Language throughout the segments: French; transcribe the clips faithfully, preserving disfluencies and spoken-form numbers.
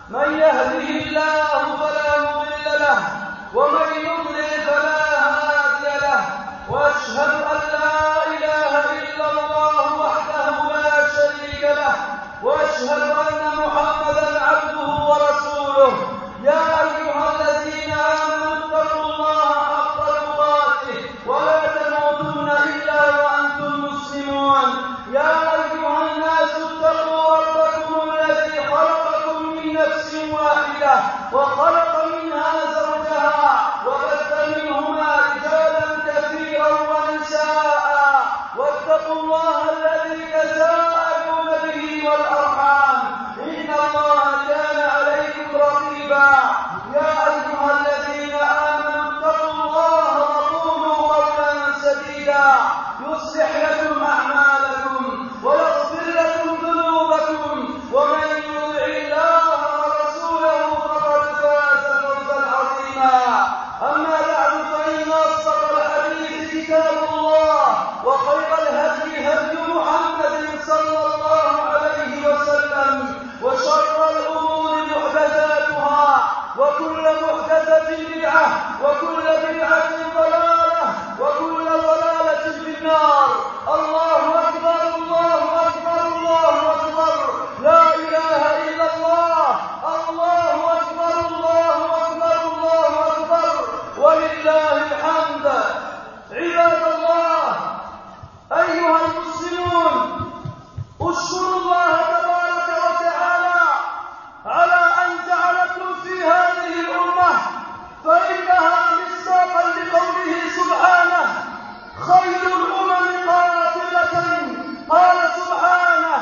من يهده الله فلا مضل له ومن يضلل فلا هادي له وأشهد أن لا إله إلا الله وحده لا شريك له وأشهد أن محمدا عبده ورسوله يا أيها الذين آمنوا اتقوا الله حق تقاته ولا تموتن إلا وأنتم مسلمون يا أيها الناس اتقوا ربكم الذي خلقكم من نفس واحدة وخلق منها زوجها وبث منهما رجالا كثيرا ونساء واتقوا الله الذي تساءلون به والأرحام إن الله كان عليكم رقيبا يا أيها الذين آمنوا اتقوا الله وقولوا قولا سديدا يصلح لكم أعمالكم ويغفر لكم ذنوبكم ومن يطع الله ورسوله فقد فاز فوزا عظيما أما بعد فإن أصدق الحديث كتاب الله وخير الهدي هدي محمد صلى الله عليه وسلم وشر الأمور محدثاتها وكل محدثة بدعة وكل بدعة ضلالة وكل ضلالة في النار الله أكبر الله أكبر الله أكبر لا إله إلا الله الله أكبر الله أكبر الله أكبر ولله الحمد عباد الله أيها المسلمون اشكروا الله تبارك وتعالى على أن جعلكم في هذه الأمة فإنها مصداقا لقوله سبحانه خير الأمم قاتلة قال سبحانه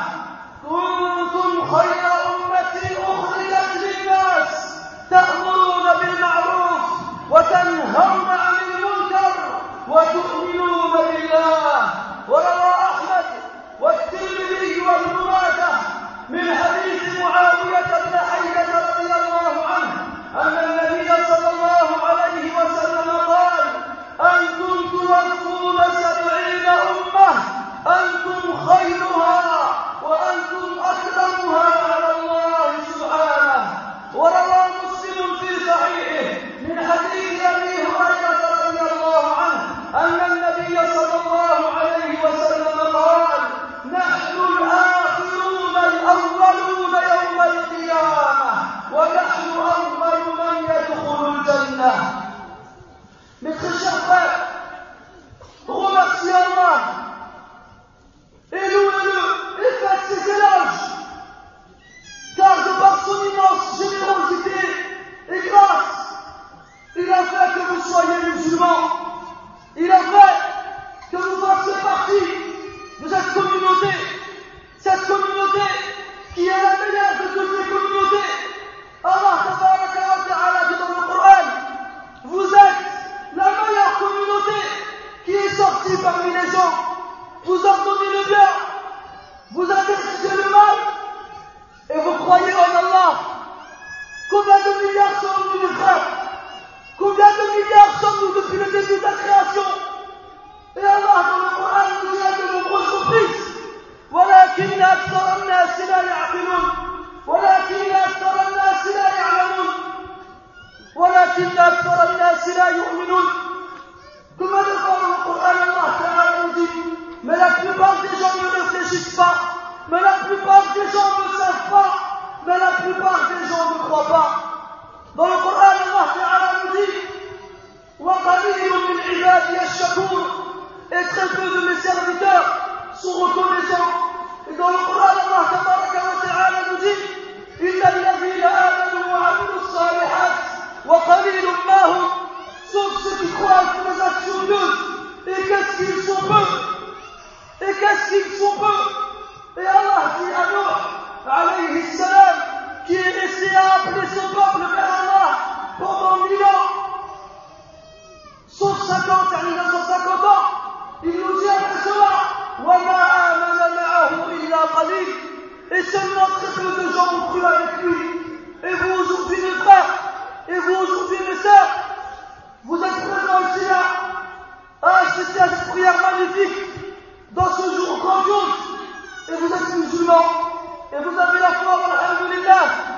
كنتم خير أمة أخرجت للناس تأمرون بالمعروف وتنهون عن المنكر وتؤمنون بالله وروى أحمد والترمذي وابن ماجه من حديث معاوية بن حيدة رضي الله عنه أن النبي صلى الله عليه وسلم قال أنتم توفون سبعين أمة أنتم خيرها وأنتم أكرمها على الله سبحانه وروى مسلم في صحيحه من حديث أبي هريرة رضي الله عنه أن النبي صلى الله عليه وسلم قال نحن الآخرون الأولون يوم القيامة ونحن أول من يدخل الجنة. Mes très chers frères, remerciez Allah et louez-le et faites ses éloges, car de par son immense générosité et grâce, il a fait que vous soyez musulmans, il a fait que vous fassiez partie de cette communauté, cette communauté qui est la meilleure de toutes les communautés. Allah tabaraka wa ta'ala dit dans le Coran, vous êtes la meilleure communauté qui est sortie parmi les gens. Vous ordonnez le bien, vous interdisez le mal, et vous croyez en Allah. Combien de milliards sommes-nous, mes frères? Combien de milliards sommes-nous depuis le début de la création? Et Allah dans le Coran nous dit à de nombreuses reprises ولكن أكثر الناس لا يعقلون ولكن أكثر الناس لا يعلمون ولكن أكثر الناس لا يؤمنون. Combien de fois dans le Coran Allah Ta'ala nous dit mais la plupart des gens ne réfléchissent pas, mais la plupart des gens ne savent pas, mais la plupart des gens ne croient pas. Dans le Coran Allah Ta'ala nous dit وَقَلِيلٌ مِنْ عِبَادِيَ الشَّكُورِ et très peu de mes serviteurs sont reconnaissants. Et dans le Coran Allah Tabaraka wa Ta'ala nous dit إِلَّا الَّذِينَ آمَنُوا وَعَمِلُوا الصَّالِحَاتِ وَقَلِيلٌ مَا هُمْ sauf ceux qui croient et font des actions pieuses. Et qu'est-ce qu'ils sont peu? Et qu'est-ce qu'ils sont peu? Et Allah dit à Nuh alayhi salam qui est resté à appeler son peuple vers Allah pendant mille ans, sauf cinquante, à neuf cent cinquante ans, il nous dit après cela وَمَا آمَنَ مَعَهُ إِلَّا قَلِيلٌ et seulement très peu de gens ont cru avec lui. Et vous aujourd'hui mes frères, et vous aujourd'hui mes sœurs, vous êtes présents ici là à assister à cette prière magnifique dans ce jour grandiose, et vous êtes musulmans, et vous avez la foi, alhamdulillah, et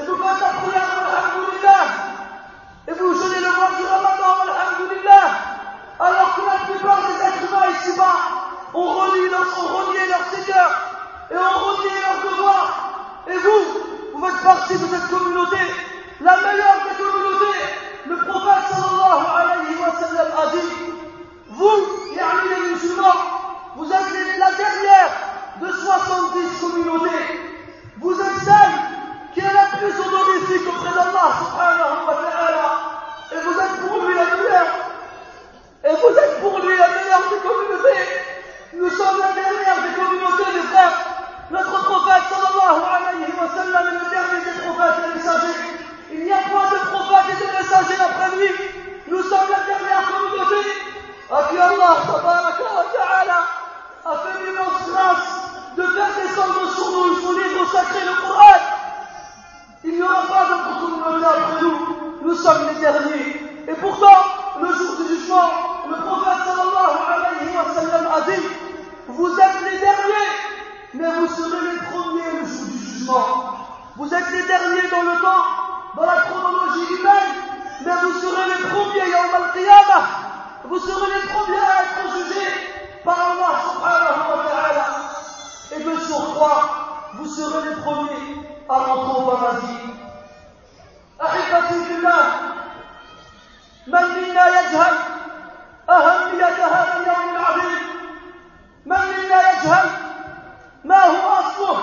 vous faites la prière, alhamdulillah, et vous jeûnez le mois du Ramadan, alhamdulillah, alors que la plupart des êtres humains ici-bas ont renié leur, ont renié leur Seigneur et ont renié leur devoir. Et vous, vous faites partie de cette communauté, la meilleure des communautés. Le prophète sallallahu alayhi wa sallam a dit, vous, yani les musulmans, vous êtes la dernière de soixante-dix communautés. Vous êtes celle qui est la plus honorifique auprès d'Allah subhanahu wa ta'ala. Et vous êtes pour lui la meilleure. Et vous êtes pour lui la meilleure des communautés. Nous sommes la dernière des communautés, les frères. Notre prophète sallallahu alayhi wa sallam est le dernier des prophètes et des messagers. Il n'y a point de prophète et de messagers après lui. Nous sommes la dernière communauté à qui Allah tabaraka wa ta'ala a fait l'immense grâce de faire descendre sur nous son livre sacré, le Coran. Il n'y aura pas d'autre communauté après nous. Nous sommes les derniers. Et pourtant, le jour du jugement, le prophète sallallahu alayhi wa sallam a dit, vous êtes les derniers, mais vous serez les premiers le jour du jugement. Vous êtes les derniers dans le temps, dans la chronologie humaine, mais vous serez les premiers yawm al-qiyamah. Vous serez les premiers à être jugés par Allah subhanahu wa ta'ala. Et de surcroît, vous serez les premiers à rentrer au paradis. Ahibati billah, من منا يجهل أهمية هذا اليوم العظيم؟ من منا يجهل ما هو أصله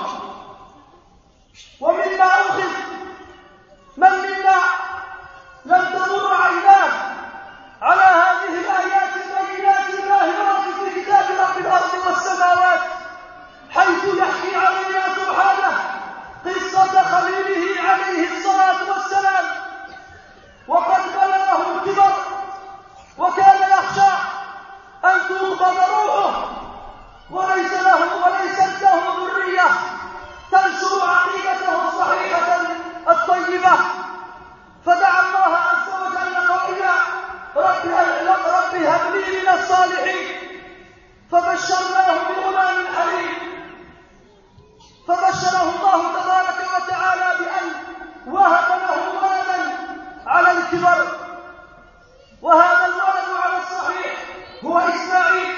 ومما أخذ؟ من منا لم تمر عيناه على هذه الآيات البينات الباهرات في كتاب رب الأرض والسماوات، حيث يحكي علينا سبحانه قصة خليله عليه الصلاة والسلام، وقد بلغه الكبر وكان يخشى أن تقبض روحه وليس له وليست له ذرية تنشر عقيدته الصحيحة الطيبة، فدعا الله عز وجل قائلا رب رب هب لي من الصالحين، فبشرناه بغلام حليم، فبشره الله تبارك وتعالى بأن وهب له ولدا على الكبر، وهذا الولد على الصحيح هو إسماعيل،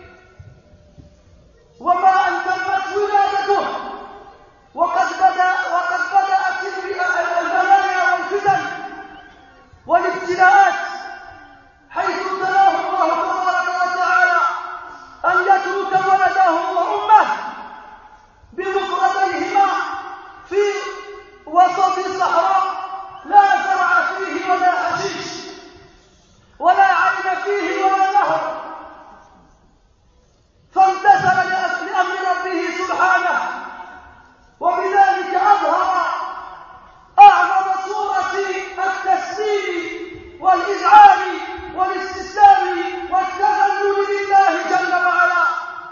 وما أن تمت ولادته وقد بدأ وقد بدأت البلايا والفتن والابتلاءات، حيث ابتلاه الله تبارك وتعالى أن يترك ولده وأمه بمفرديهما في وسط الصحراء، لا زرع فيه ولا حشيش ولا عين فيه ولا نهر، فامتثل لأمر ربه سبحانه، وبذلك أظهر أعظم صورة التسليم والإذعان والاستسلام والتذلل لله جل وعلا.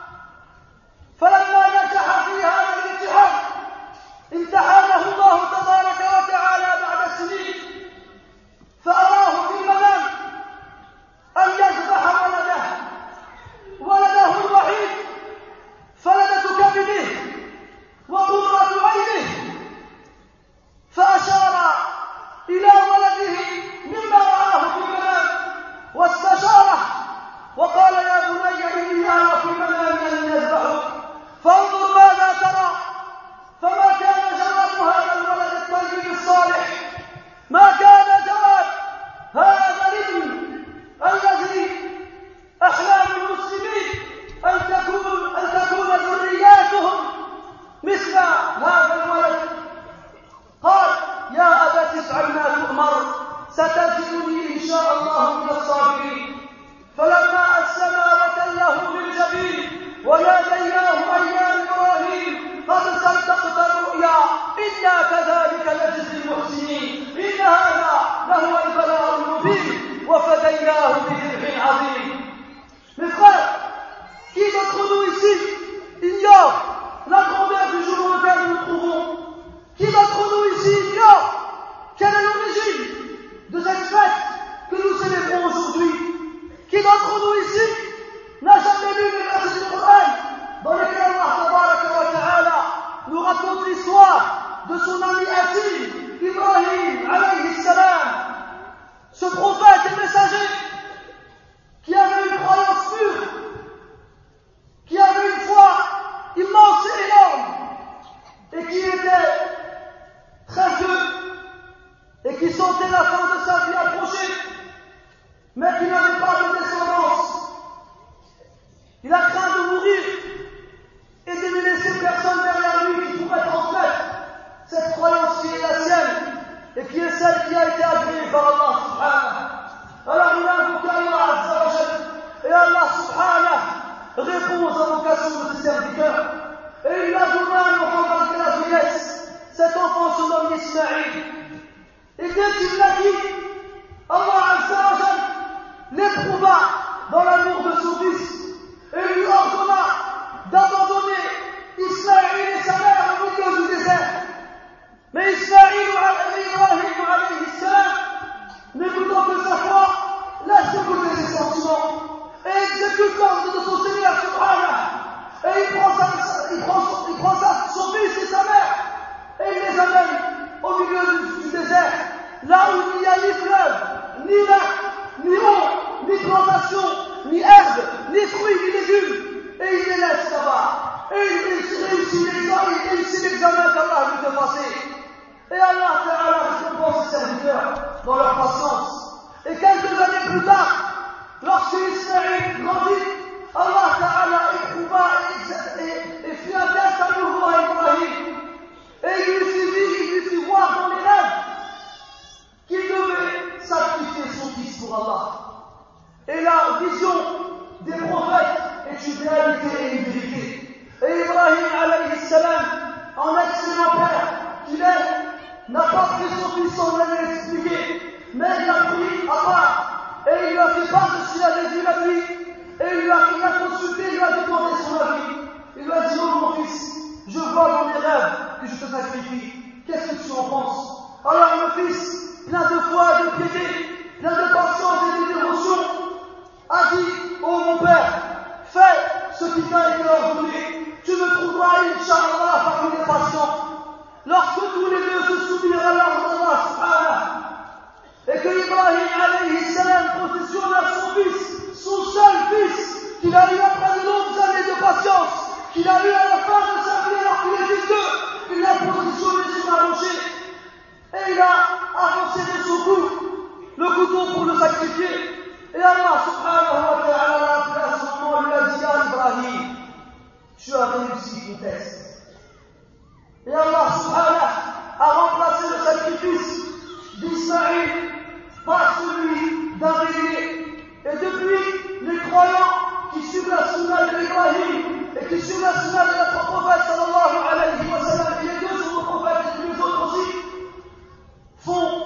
فلما نجح في هذا الامتحان امتحانه الله تبارك وتعالى بعد سنين، فأراه في المنام أن يذبح ولده ولده الوحيد، فلدة كبده وقرة عينه، فأشار إلى ولده مما رآه في المنام واستشاره وقال يا بني إني أرى في المنام أن يذبحك فانظر ماذا ترى. فما كان جواب هذا الولد الطيب الصالح، ما كان جواب هذا الابن الذي أحلام المسلمين أن تكون أن تكون ذرياتهم مثل هذا الولد. قال يا أبت افعل ما تؤمر ستجدني إن شاء الله من الصابرين. فلما أسلما وتله للجبين وناديناه أن يا إبراهيم قد صدقت الرؤيا إنا كذلك نجزي المحسنين إن هذا لهو البلاء المبين وفديناه بذبح عظيم. Mes frères, qui d'entre nous ici ignore la grandeur du jour auquel nous nous trouvons? Qui d'entre nous ici ignore quelle est l'origine de cette fête que nous célébrons aujourd'hui? Qui d'entre nous ici n'a jamais lu les versets du Coran dans lesquels Allah tabaraka wa ta'ala nous raconte l'histoire de son ami intime qui Ismaïl. Et dès qu'il l'a dit, Allah Azza wa Jal l'éprouva dans l'amour de son fils et lui ordonna d'abandonner Ismaïl et sa mère au milieu du désert. Mais Ismaïl et Ibrahim alayhi salam, n'écoutant que sa foi, laisse de côté ses sentiments et exécute l'ordre de son Seigneur subhanah. Et il prend, sa, il, prend son, il prend sa, son fils et sa mère et il les amène au milieu du, du désert, là où il n'y a ni fleuve, ni lac, ni eau, ni plantation, ni herbe, ni fruits, ni légumes. Et il les laisse là-bas. Et il réussit l'examen qu'Allah lui fait passer. Et Allah Ta'ala récompense ses serviteurs dans leur patience. Et quelques années plus tard, lorsque Ismaïl grandit, Allah Ta'ala éprouva et, et, et fit un test à nouveau à Ibrahim. Et il lui fit dire, il lui fit voir dans les rêves qu'il devait sacrifier son fils pour Allah. Et la vision des prophètes est une réalité et une vérité. Et Ibrahim alayhi salam, en excellent père qu'il est, n'a pas pris son fils sans lui expliquer, mais il l'a pris à part et il lui a fait part de ce qu'il avait vu la nuit. Et il lui a, il a consulté, il lui a demandé son avis. Il lui a dit, oh mon fils, je vois dans mes rêves que je te sacrifie. Qu'est-ce que tu en penses? Alors le fils, plein de foi et de piété, plein de patience et de dévotion, a dit, oh mon père, fais ce qui t'a été ordonné. Tu me trouveras, Inch'Allah, parmi les patients. Lorsque tous les deux se soumirent à l'ordre d'Allah subhanah, et que Ibrahim alayhi salam possessionne à son fils, son seul fils, qu'il a eu après de longues années de patience, qu'il a eu à la fin de sa vie alors qu'il était deux, il l'a positionné sur un rocher, et il a avancé de son cou le couteau pour le sacrifier. Et Allah subhanahu wa ta'ala l'a appelé à son nom, lui a dit à Ibrahim, tu as réussi ton test. Et Allah subhanahu a remplacé le sacrifice d'Ismaïl par celui d'un bélier. Et depuis, les croyants qui suivent la sunna d'Ibrahim et qui suivent la sunna de notre prophète sallallahu alayhi wa sallam, et les deux autres prophètes et les autres aussi, font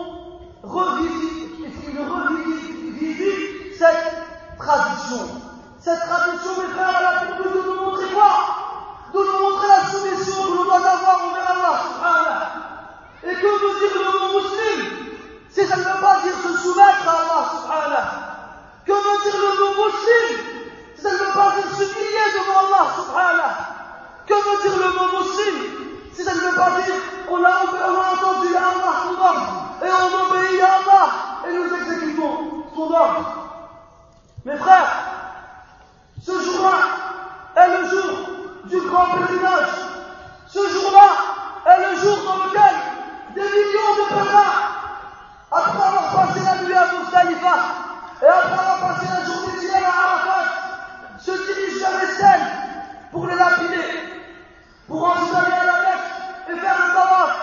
revivre, revivre cette tradition. Cette tradition, mes frères, elle a pour but de nous montrer quoi? De nous montrer la soumission que l'on doit avoir envers Allah subhanahu. Et que veut dire le mot musulman? Si ça ne veut pas dire se soumettre à Allah subhanahu. Que veut dire le mot muslim? Si ça ne veut pas dire s'humilier devant Allah subhanahu. Que veut dire le mot muslim? Si ça ne veut pas dire on a, on a entendu à Allah son ordre et on obéit à Allah et nous exécutons son ordre. Mes frères, ce jour-là est le jour du grand pèlerinage. Ce jour-là est le jour dans lequel des millions de pèlerins, après avoir passé la nuit à Muzdalifa et après avoir passé la journée d'hier à Arafat, se dirigent vers les stèles pour les lapider, pour ensuite aller à la Mecque et faire le tawaf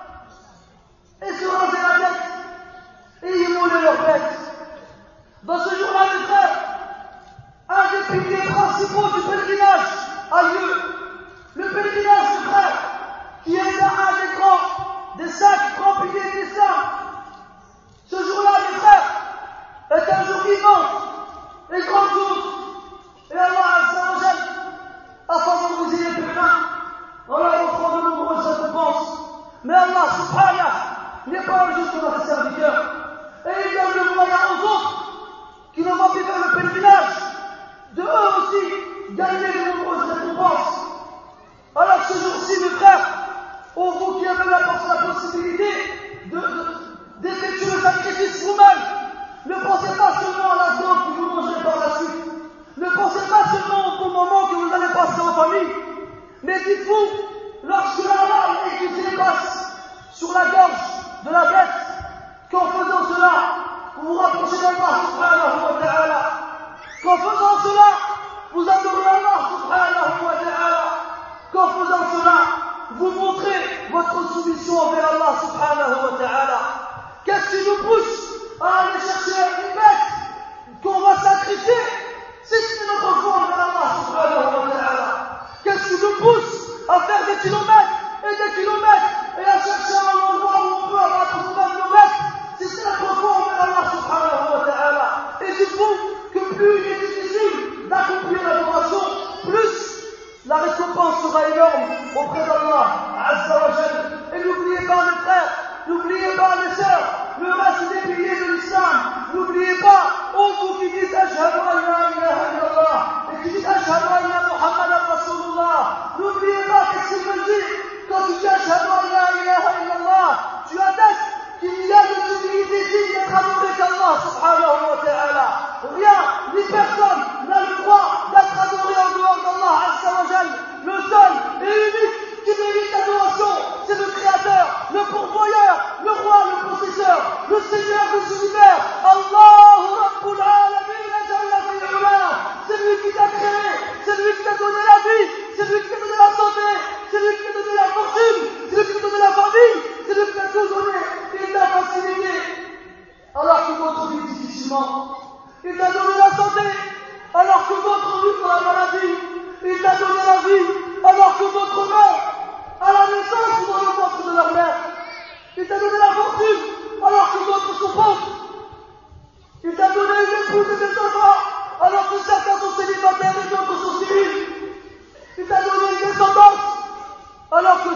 et se raser la tête et immoler leurs bêtes. Dans ce jour-là, mes frères, un des piliers principaux du pèlerinage a lieu. Le pèlerinage, mes frères, qui est un des grands, des cinq grands piliers de l'islam. Ce jour-là, mes frères, est un jour immense et grandiose. Et Allah Azza wa Jal a favorisé les pèlerins en leur offrant de nombreuses récompenses. Mais Allah subhanahu n'est pas injuste envers ses serviteurs. Et il donne le moyen aux autres qui n'ont pas pu faire le pèlerinage de eux aussi gagner de nombreuses récompenses. Alors ce jour-ci, mes frères, ô vous qui avez la, la possibilité de, de, d'effectuer le sacrifice vous-même, ne pensez pas seulement à la viande que vous mangerez par la suite, ne pensez pas seulement au bon moment que vous allez passer en famille, mais dites-vous, lorsque la lame est qui dépasse sur la gorge de la bête, qu'en faisant cela, vous vous rapprochez d'Allah subhanahu wa ta'ala, qu'en faisant cela, vous adorez Allah subhanahu wa ta'ala, qu'en faisant cela, vous montrez votre soumission envers Allah subhanahu wa ta'ala. Qu'est-ce qui nous pousse à aller chercher une bête qu'on va sacrifier si c'est notre foi envers Allah subhanahu wa ta'ala? Qu'est-ce qui nous pousse à faire des kilomètres et des kilomètres et à chercher un endroit où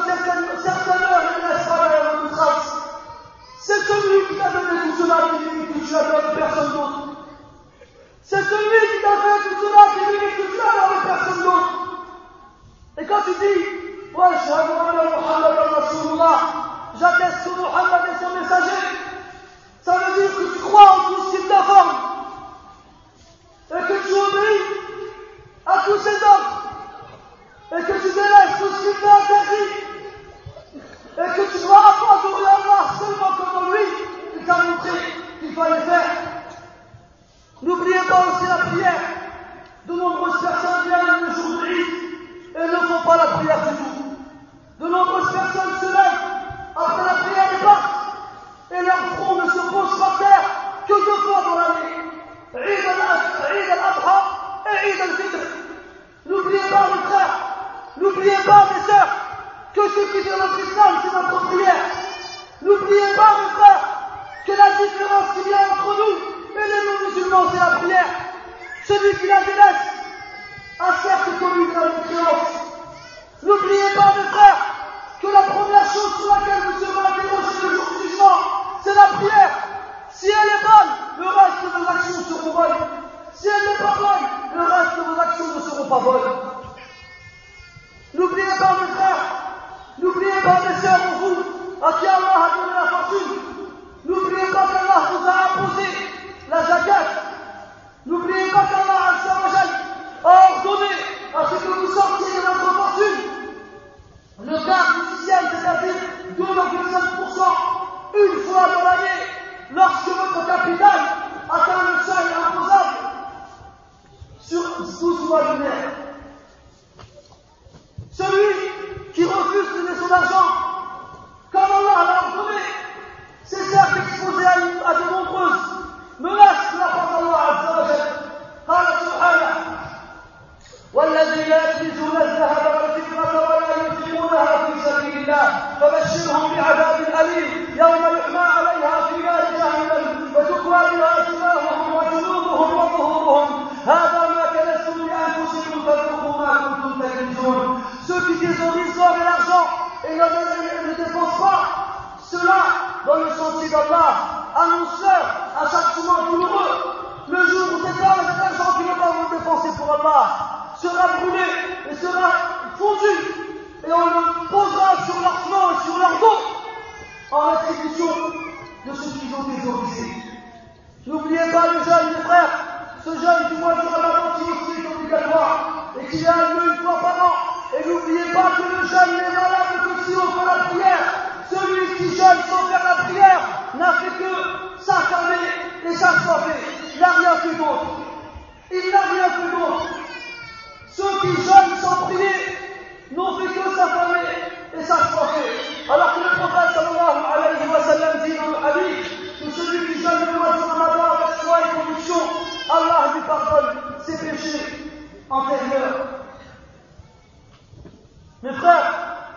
certaines, certaines heures ne laisse pas derrière une trace. C'est celui qui t'a donné tout cela qui limite que tu la donnes à personne d'autre. C'est celui qui t'a fait tout cela qui limite que tu la donnes à personne d'autre. Et quand tu dis, ouais, je suis un Muhammad Rasulullah, j'atteste que Muhammad est son messager, ça veut dire que tu crois en tout ce qu'il t'informe et que tu obéis à tous ses ordres et que tu délaisses tout ce qu'il t'a interdit et que tu dois adorer Allah seulement comme lui il t'a montré qu'il fallait faire. N'oubliez pas aussi la prière. De nombreuses personnes viennent le jour de l'Eid et ne font pas la prière du tout. De nombreuses personnes se lèvent après la prière et partent et leur front ne se pose par terre que deux fois dans l'année. Eid al-Adha et Eid al-Fitr. N'oubliez pas mes frères, n'oubliez pas mes sœurs, que ce qui fait notre islam c'est notre prière. N'oubliez pas mes frères, que la différence qu'il y a entre nous et les non-musulmans c'est la prière. Celui qui la délaisse a certes commis de la mécréance. N'oubliez pas mes frères, que la première chose sur laquelle vous serez interrogés le jour du jugement, c'est la prière. Si elle est bonne, le reste de vos actions seront bonnes. Si elle n'est pas bonne, le reste de vos actions ne seront pas bonnes. N'oubliez pas mes frères, n'oubliez pas mes sœurs en vous, à qui Allah a donné la fortune. N'oubliez pas qu'Allah vous a imposé la zakat. N'oubliez pas qu'Allah a ordonné à ce que vous sortiez de votre fortune le quart officiel, c'est-à-dire deux virgule cinq pour cent une fois dans l'année, lorsque votre capital atteint le seuil imposable sur douze mois lunaires. Celui qui refuse de donner son argent, comme Allah l'a ordonné, c'est certes exposé à, à de nombreuses menaces de la part d'Allah Azza wa Jalla. قال سبحانه والذين يكنزون الذهب والفضة ولا ينفقونها في سبيل الله فبشرهم بعذاب أليم يوم يحمى عليها في نار جهنم وتكوى بها جباههم وجنوبهم وظهورهم هذا ما كنزتم لأنفسكم فذوقوا ما كنتم تكنزون. Ceux qui thésaurisent l'or et l'argent et ne, ne dépensent pas cela dans le sentier d'Allah, annonce-leur à chaque moment douloureux. Le jour où cet or et cet argent qui ne pas vous dépenser pour Allah sera brûlé et sera fondu et on le posera sur leur front et sur leur dos en rétribution de ce qu'ils ont thésaurisé. N'oubliez pas le jeûne, mes frères, ce jeûne du mois de Ramadan qui aussi est obligatoire et qui a lieu une fois par an. Et n'oubliez pas que le jeûne n'est valable que si on fait la prière. Celui qui jeûne sans faire la prière n'a fait que s'affamer et s'assoiffer. Il n'a rien fait d'autre. Il n'a rien fait d'autre. Ceux qui jeûnent sans prier n'ont fait que s'affamer et s'assoiffer. Alors que le prophète sallallahu alayhi wa sallam dit dans le hadith que celui qui jeûne le mois de Ramadan avec foi et conviction, Allah lui pardonne ses péchés antérieurs. Mes frères,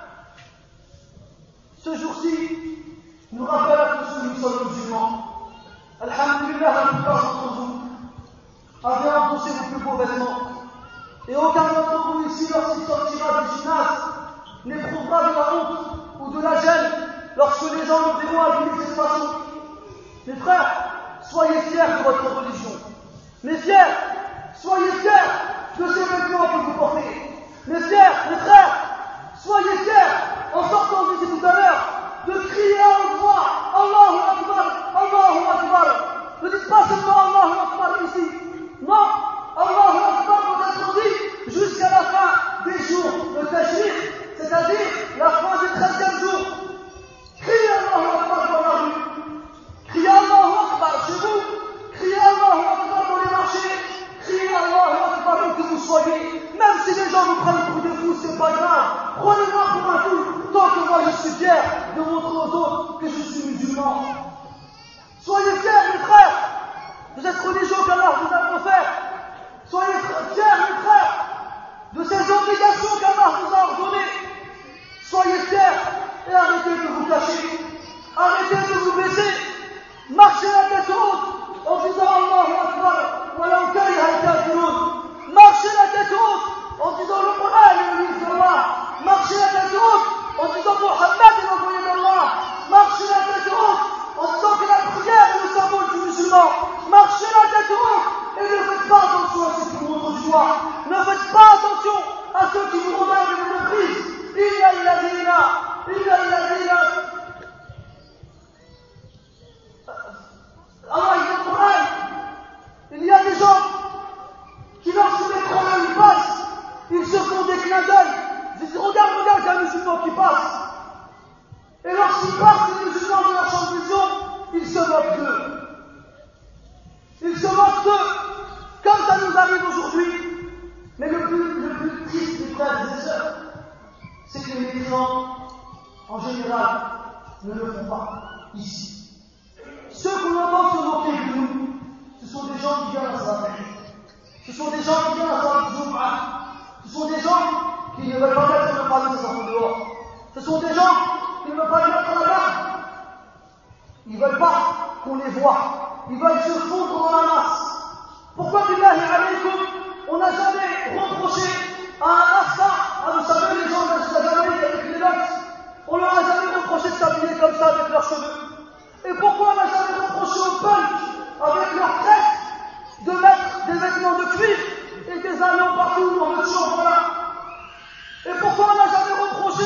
ce jour-ci nous rappelle à tous que nous sommes musulmans. Alhamdulillah, la plupart d'entre vous avaient endossé vos plus beaux vêtements. Et aucun d'entre vous ici, lorsqu'il sortira du gymnase, n'éprouvera de la honte ou de la gêne lorsque les gens le verront habiller de cette façon. Mes frères, soyez fiers de votre religion. Mes fiers, soyez fiers de ces vêtements que vous portez. Mes fiers, mes frères, soyez fiers, en sortant d'ici tout à l'heure, de crier à haute voix Allahu Akbar, Allahu Akbar. Ne dites pas seulement Allahu Akbar ici. Non, Allahu Akbar doit être dit jusqu'à la fin des jours de Tashriq, c'est-à-dire la fin du treizième jour. Criez Allahu Akbar dans la rue. Criez Allahu Akbar chez vous. Criez Allahu Akbar dans les marchés. Criez Allahu Akbar où que vous soyez. Même si les gens vous prennent pour des fous, c'est pas grave. Prenez-moi pour un fou. Tant que moi je suis fier de montrer aux autres que je suis musulman. Soyez fiers, mes frères, de cette religion qu'Allah vous a offerte. Soyez fiers, mes frères, de ces obligations qu'Allah vous a ordonnées. Soyez fiers et arrêtez de vous cacher. Arrêtez de vous baisser. Marchez la tête haute en disant Allahu Akbar wa law kariha al-kafirun. Marchez la tête haute en disant le Coran est le livre d'Allah. Marchez la tête haute en disant en général, ne le font pas ici. Ceux qu'on entend se moquer de nous, ce sont des gens qui viennent à sa fête. Ce sont des gens qui viennent à sa Jum'a. Ce sont des gens qui ne veulent pas mettre le panier des enfants dehors. Ce sont des gens qui ne veulent pas mettre la garde. Ils ne veulent pas qu'on les voit. Ils veulent se fondre dans la masse. Pourquoi, billahi alaykum, on n'a jamais reproché à un Rasta, à vous savez, les gens de la Jamaïque avec les notes, on leur a jamais reproché de s'habiller comme ça avec leurs cheveux. Et pourquoi on n'a jamais reproché aux punk, avec leurs traites, de mettre des vêtements de cuir et des anneaux partout dans le champ, voilà. Et pourquoi on n'a jamais reproché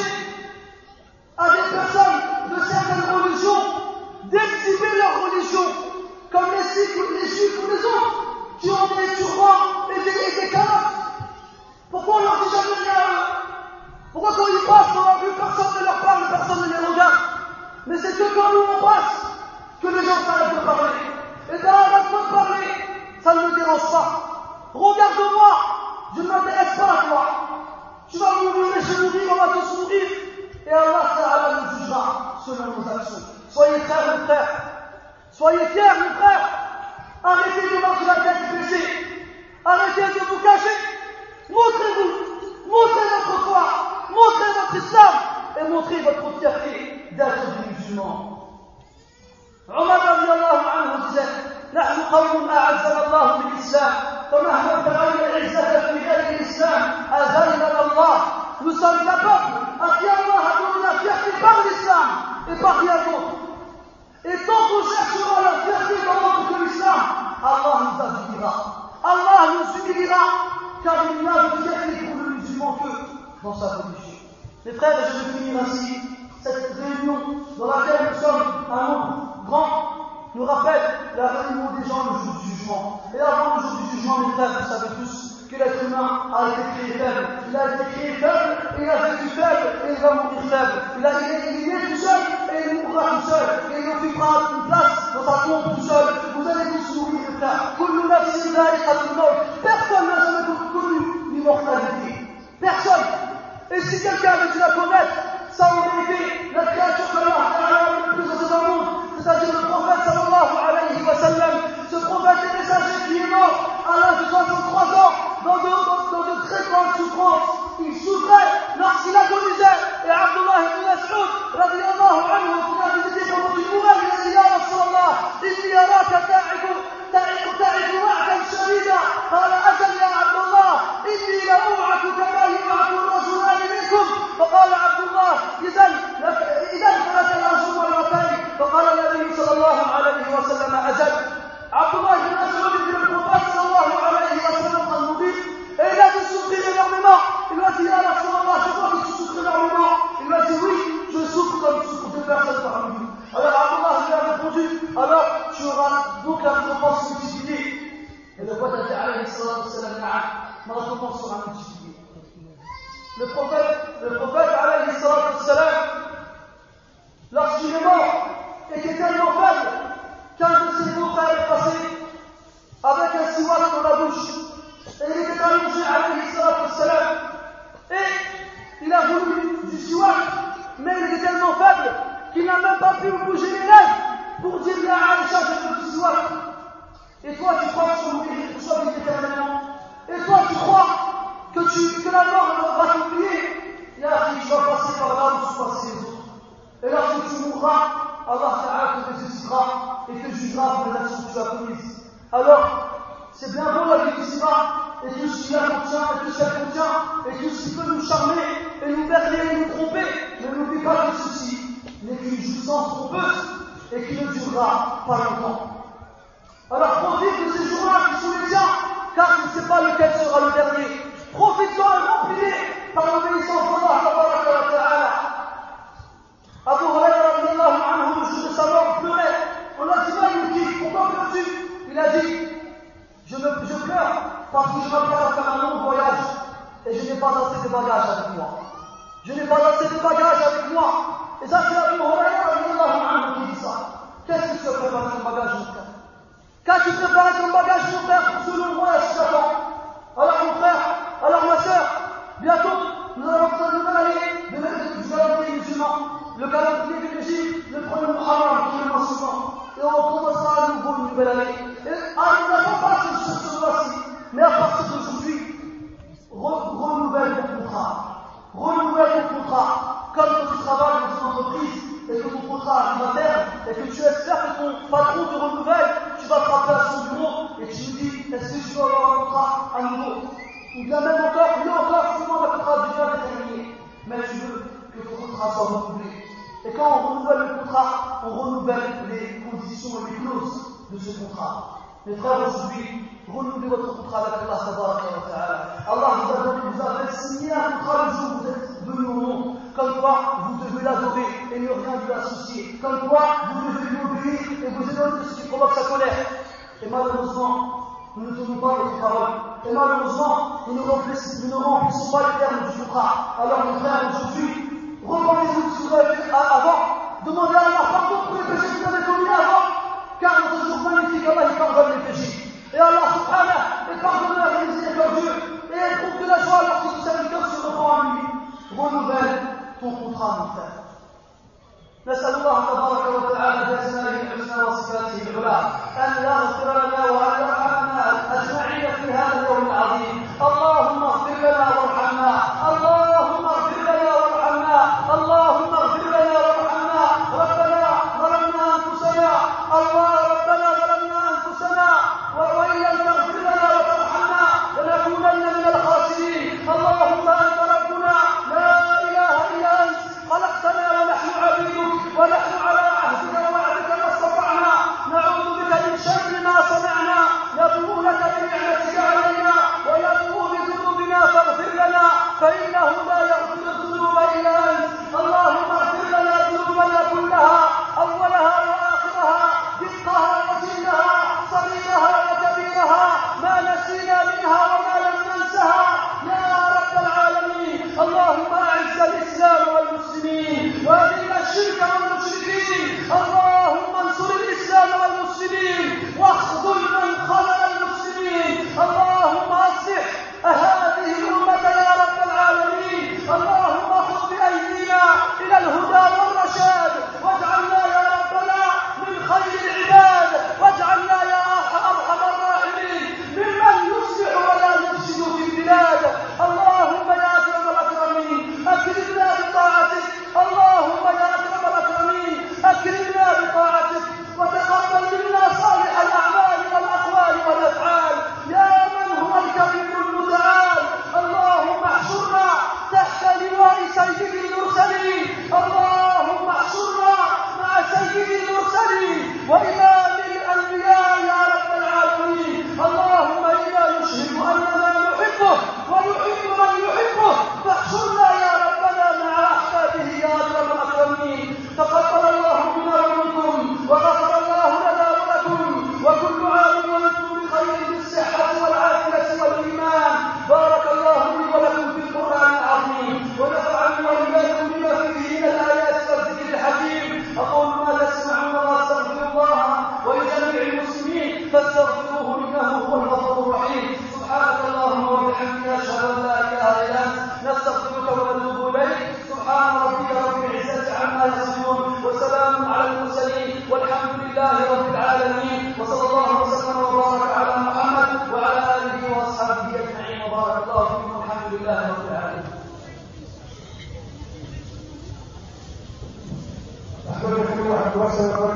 à des personnes de certaines religions d'exhiber leur religion, comme les Sikhs ou les Juifs ou les autres, qui ont des turbans et des, et des calottes? Pourquoi on leur dit jamais rien à eux? Pourquoi quand ils passent dans la rue, personne ne leur parle, personne ne les regarde? Mais c'est que quand nous on passe, que les gens s'arrêtent de parler. Et bien, arrête pas de parler, ça ne me dérange pas. Regarde-moi, je ne m'intéresse pas à toi. Tu vas mourir et je mourir, on va tous mourir. Et Allah Ta'ala nous jugera selon nos actions. Soyez frères, mes frères. Soyez fiers, mes frères. Arrêtez de marcher la tête baissée. Arrêtez de vous cacher. Montrez-vous. Montrez votre foi. Montrez votre islam. Et montrez votre fierté d'être des musulmans. عمر رضي الله عنه disait: نحن قوم أعزنا الله بالإسلام فمهما ابتغينا العزة في غير الإسلام أذلنا الله. Nous sommes un peuple à qui Allah a donné la fierté par l'islam et par rien d'autre. Et tant qu'on cherchera la fierté dans l'autre que l'islam, Allah nous affligira. Allah nous humiliera, car il n'y a de fierté pour le musulman que dans sa religion. Mes frères, je vais finir ainsi cette réunion dans laquelle nous sommes un nombre grand nous rappelle la réunion des gens le jour du jugement. Et avant le jour du jugement, mes frères, vous savez tous que l'être humain a été créé faible. Il a été créé faible, et il a vécu faible, et il va mourir faible. Il, a, il, est, il est tout seul, et il mourra tout seul, et il occupera une place dans sa tombe tout seul. Vous allez tous mourir, mes frères. Kullu nafsin dha'iqatul maut. Personne n'a jamais connu l'immortalité. Personne. Et si quelqu'un avait dû la connaître, ça aurait été la créature que Allah a le plus dans ce monde, c'est-à-dire le prophète sallallahu alayhi wa sallam, ce prophète et messager qui est mort à l'âge de soixante-trois ans dans de, dans, dans de très grandes souffrances. Il souffrait lorsqu'il agonisait. Et Abdullah ibn Mas'ud radiyallahu anhu, qui a visité pendant qu'il mourait, il a dit: Ya Rasulallah, inni araka ta'iku ta'iku ta'iku wa'dan shadida. قال أجل يا عبد الله إني لأوعك كما يوعك الرجلان منكم. فقال عبد الله: إذا إذا فلك الأجر مرتين. فقال النبي صلى الله عليه وسلم: أجل. عبد الله بن مسعود dit le prophète sallallahu alayhi wa sallam va mourir et il a dû souffrir énormément. Il lui a dit: Ya Rasulallah, je vois que tu souffres énormément. Il lui a dit: oui, je souffre comme souffre deux personnes parmi nous. Alors Abdullah lui a répondu: alors tu auras donc la récompense multipliée. Et le prophète alayhi sallam ma récompense sera multipliée. Le prophète, le prophète alayhi sallam, lorsqu'il est mort, était tellement faible qu'un de ses beaux-frères est passé avec un siwak dans la bouche. Et il était allongé alayhi sallam. Et il a voulu du siwak, mais il était tellement faible qu'il n'a même pas pu bouger les lèvres pour dire: Ya Aïcha, je veux du siwak. Et toi, tu crois que tu vas mourir pour ça éternellement? Et toi, tu crois que, tu, que la mort va t'oublier? Il a dit: tu vas passer par là où sont passés les autres. Et lorsque tu mourras, Allah Ta'ala te ressuscitera et te jugera pour les actions que tu as commises. Alors, c'est bien beau la vie ici-bas, et tout ce qui la contient, et tout ce qu'elle contient, et tout ce qui peut nous charmer, et nous berner, et nous tromper. Mais n'oublie pas que ceci n'est qu'une jouissance trompeuse, et qui ne durera pas longtemps. Alors profite de ces jours-là qui sont les tiens, car tu ne sais pas lequel sera le dernier. Profite-en et remplis par l'obéissance d'Allah Ta'ala. Abu Hurayrah radiyallahu anhu, le jour de sa mort, pleurait. On a dit: Maïki, pourquoi pleures-tu? Il a dit: je, me, je pleure parce que je m'apprête à faire un long voyage et je n'ai pas assez de bagages avec moi. Je n'ai pas assez de bagages avec moi. Et ça, c'est Abu Hurayrah radiyallahu anhu qui dit ça. Qu'est-ce que tu as préparé comme bagage, mon frère? Qu'as-tu préparé comme bagage, mon frère, pour ce long voyage qui t'attend? Alors, mon frère, alors ma sœur, bientôt, nous allons nous aller de du calendrier musulman. le calendrier de l'Égypte, le premier Muharram, qui est le mentionnement. Et on commencera à nouveau une nouvelle année. Et ah, il n'attend pas ce, ce, ce mois-ci, mais à partir d'aujourd'hui, re, renouvelle ton contrat. Renouvelle ton contrat. Comme quand tu travailles dans une entreprise et que ton contrat arrive à terme et que tu espères que ton patron te renouvelle, tu vas frapper à son bureau et tu lui dis, est-ce que je peux avoir un contrat à nouveau? Ou bien même encore, il y a encore souvent un contrat déjà déterminé. Mais tu veux que ton contrat soit renouvelé. Et quand on renouvelle le contrat, on renouvelle les conditions et les clauses de ce contrat. Mes frères, aujourd'hui, renouvelez votre contrat avec Allah tabaraka wa ta'ala. Allah vous a donné, vous avez signé un contrat le jour où vous êtes venu au monde. Comme quoi, vous devez l'adorer et ne rien lui associer. Comme quoi, vous devez lui obéir et vous éloigner de ce qui provoque sa colère. Et malheureusement, nous ne tenons pas notre parole. Et malheureusement, nous ne remplissons, nous ne remplissons pas les termes du contrat. Alors, mes frères, aujourd'hui, repentez-vous de ce que vous avez fait avant. Demandez à Allah pardon pour les péchés que vous avez commis avant. Car dans ce jour magnifique, Allah il pardonne les péchés. Et Allah subhanahu est pardonneur et miséricordieux. Et il trouve de la joie lorsque son serviteur se reprend à lui. Renouvelle ton contrat, mon frère. نسأل الله تبارك وتعالى بأسمائه الحسنى وصفاته العلى أن يغفر لنا وأن يرحمنا أجمعين في هذا اليوم العظيم. اللهم اغفر لنا وارحمنا. اللهم اغفر لنا وارحمنا. اللهم اغفر لنا وارحمنا. ربنا ظلمنا أنفسنا. الله ربنا ظلمنا أنفسنا وإن لم تغفر لنا وترحمنا لنكونن من الخاسرين. اللهم أنت ربنا لا إله إلا أنت خلقتنا ونحن عبيدك ونحن على عهدك ووعدك ما استطعنا. نعوذ بك من شر ما صنعنا. نبوء لك بنعمتك علينا ونبوء بذنوبنا فاغفر لنا فإنه لا يغفر الذنوب إلا أنت. اللهم اغفر لنا ذنوبنا كلها أولها وآخرها دقها وجلها صغيرها وكبيرها ما نسينا منها وما لم ننسها يا رب العالمين. اللهم أعز الإسلام والمسلمين وأذل الشرك والمشركين. اللهم انصر الإسلام والمسلمين واخذل من خذل المسلمين. اللهم أصلح هذه الأمة يا رب العالمين. اللهم خذ بأيدينا إلى الهدى والرشاد واجعلنا يا ربنا من خير العباد واجعلنا يا أرحم الراحمين ممن يصلح ولا يفسد في البلاد. اللهم يا أكرم الأكرمين أكرمنا بطاعتك. اللهم يا أكرم الأكرمين أكرمنا بطاعتك وتقبل منا صالح الأعمال والأقوال والأفعال يا من هو الكريم المتعال. اللهم احشرنا تحت لواء سيد المرسلين. اللهم احشرنا مع سيد المرسلين وإمام الأنبياء يا رب العالمين. اللهم إنا نشهد أننا نحبه ونحب من يحبه فاحشرنا يا ربنا مع أحبابه يا أكرم الأكرمين. تقبل الله منا ومنكم وغفر الله لنا ولكم وكل عام وانتم بخير بالصحة والعافية والإيمان. بارك الله لي ولكم في القرآن العظيم ونفعني وإياكم بما فيه من الآيات والذكر الحكيم. أقول ما تسمعون وأستغفر الله ولجميع المسلمين فاستغفروه إنه هو الغفور الرحيم. سبحانك اللهم وبحمدك أشهد أن لا إله إلا أنت نستغفرك ونتوب إليك. سبحان ربك رب العزة عما يصفون وسلام على المرسلين والحمد لله رب العالمين. وصلى الله وسلم وبارك على محمد وعلى آله وأصحابه أجمعين وبارك الله فيكم والحمد لله رب العالمين. أحببكم الله